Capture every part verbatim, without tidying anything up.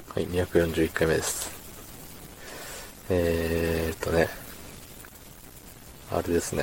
はい、にひゃくよんじゅういっかいめです。えーっとね、あれですね。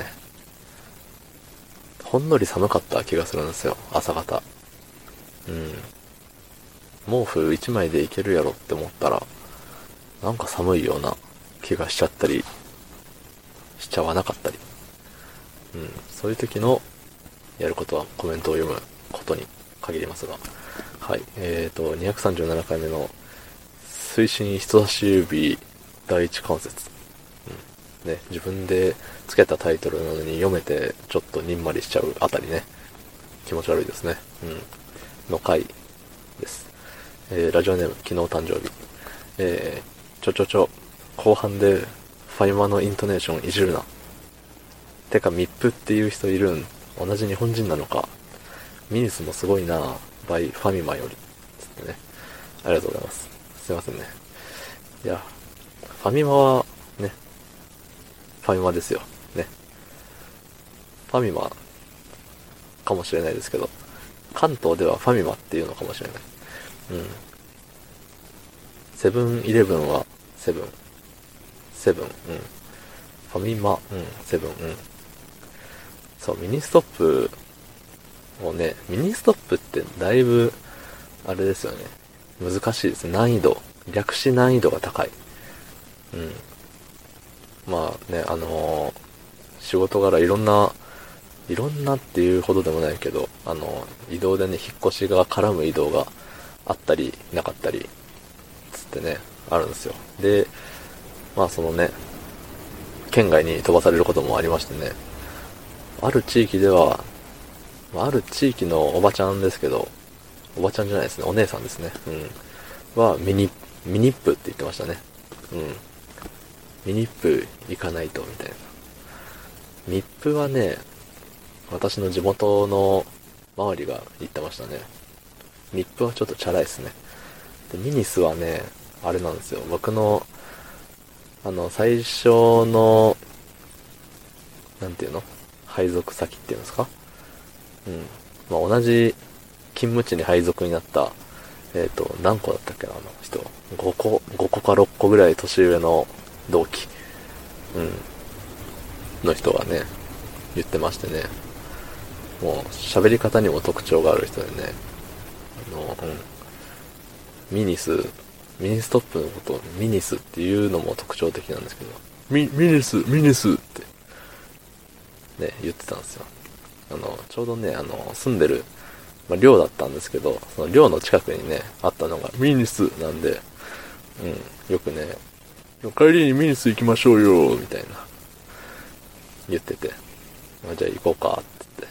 ほんのり寒かった気がするんですよ、朝方。うん。毛布いちまいでいけるやろって思ったら、なんか寒いような気がしちゃったり、しちゃわなかったり。うん。そういう時のやることはコメントを読むことに限りますが。はい。えーと、にひゃくさんじゅうななかいめの推進人差し指第一関節。ね、自分でつけたタイトルなのに読めてちょっとにんまりしちゃうあたりね、気持ち悪いですね。うん。の回です。えー、ラジオネーム、昨日誕生日。えー、ちょちょちょ、後半でファイマのイントネーションいじるな。てか、ミップっていう人いるん？同じ日本人なのか。ミニスもすごいなぁ、バイファミマより。つってね。ありがとうございます。すいませんね。いや、ファミマは、ね、ファミマですよ。ね。ファミマかもしれないですけど、関東ではファミマっていうのかもしれない。うん。セブンイレブンはセブン。セブン、うん。ファミマ、うん、セブン、うん。そう、ミニストップをね、ミニストップってだいぶ、あれですよね。難しいですね。難易度。略詞難易度が高い。うん。まあね、あのー仕事柄いろんな、いろんなっていうほどでもないけど、あのー移動でね、引っ越しが絡む移動があったり、なかったり、つってね、あるんですよ。で、まあそのね、県外に飛ばされることもありましてね、ある地域では、ある地域のおばちゃんですけど、おばちゃんじゃないですね、お姉さんですね。うん。は、ミニ、ミニップって言ってましたね。うん。ミニップ行かないと、みたいな。ミップはね、私の地元の周りが言ってましたね。ミップはちょっとチャラいですね。で、ミニスはね、あれなんですよ。僕の、あの、最初の、なんていうの配属先っていうんですか？うん。まあ、同じ勤務地に配属になった、えっと、何個だったっけな、あの人。ごこ、ごこかろっこぐらい年上の同期、うん、の人がね、言ってましてね。もう、喋り方にも特徴がある人でね。あの、うん。ミニス、ミニストップのことをミニスっていうのも特徴的なんですけど、ミ、ミニス、ミニスってね、言ってたんですよ。あの、ちょうどね、あの、住んでる、まあ、寮だったんですけど、その寮の近くにね、あったのがミニスなんで、うん、よくね、帰りにミニス行きましょうよ、みたいな、言ってて、まあ、じゃあ行こうか、って言って、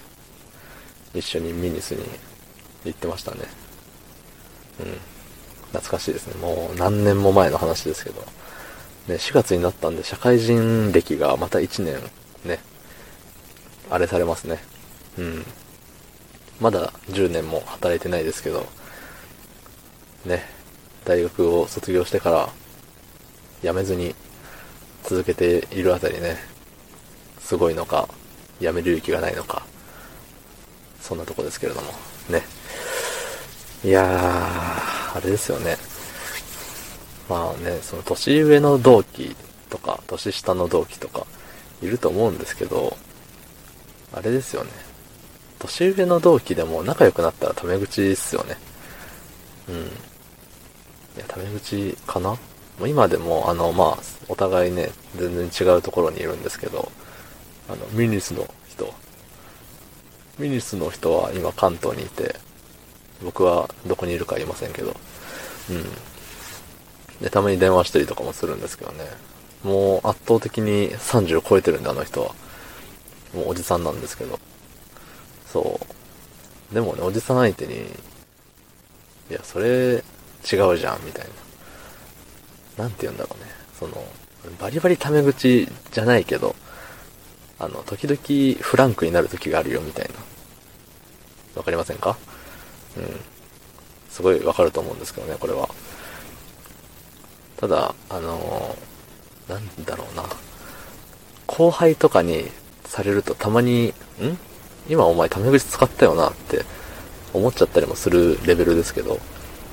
一緒にミニスに行ってましたね。うん。懐かしいですね。もう何年も前の話ですけど。ね、しがつになったんで、社会人歴がまたいちねん、ね、あれされますね。うん。まだじゅうねんも働いてないですけど、ね、大学を卒業してから辞めずに続けているあたりね、すごいのか、辞める勇気がないのか、そんなとこですけれども、ね。いやー、あれですよね。まあね、その年上の同期とか、年下の同期とか、いると思うんですけど、あれですよね。年上の同期でも仲良くなったらタメ口っすよね。うん。いや、タメ口かな？もう今でも、あの、まあ、お互いね、全然違うところにいるんですけど、あの、ミニスの人、ミニスの人は今関東にいて、僕はどこにいるか言いませんけど、うん。で、たまに電話したりとかもするんですけどね。もう圧倒的にさんじゅう超えてるんで、あの人は。もうおじさんなんですけど。そう。でもね、おじさん相手に、いや、それ違うじゃん、みたいな。なんて言うんだろうね。その、バリバリタメ口じゃないけど、あの、時々フランクになる時があるよ、みたいな。わかりませんか？うん。すごいわかると思うんですけどね、これは。ただ、あのー、なんだろうな。後輩とかにされるとたまに、ん今お前タメ口使ったよなって思っちゃったりもするレベルですけど、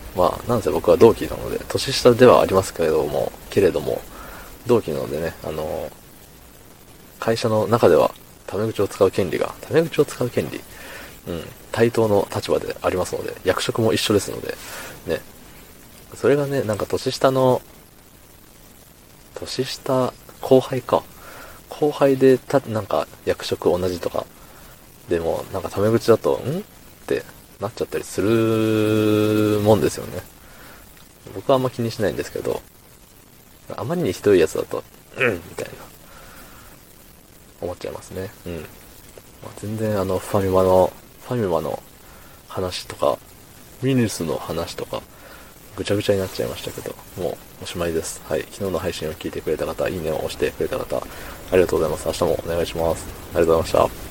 まあ、なんせ僕は同期なので、年下ではありますけれども、けれども、同期なのでね、あの、会社の中では、タメ口を使う権利が、タメ口を使う権利、うん、対等の立場でありますので、役職も一緒ですので、ね、それがね、なんか年下の、年下、後輩か。後輩でた、なんか役職同じとか、でも、なんかタメ口だと、んってなっちゃったりするもんですよね。僕はあんま気にしないんですけど、あまりにひどいやつだと、うんみたいな、思っちゃいますね。うん。まあ、全然あの、ファミマの、ファミマの話とか、ミニスの話とか、ぐちゃぐちゃになっちゃいましたけど、もうおしまいです。はい。昨日の配信を聞いてくれた方、いいねを押してくれた方、ありがとうございます。明日もお願いします。ありがとうございました。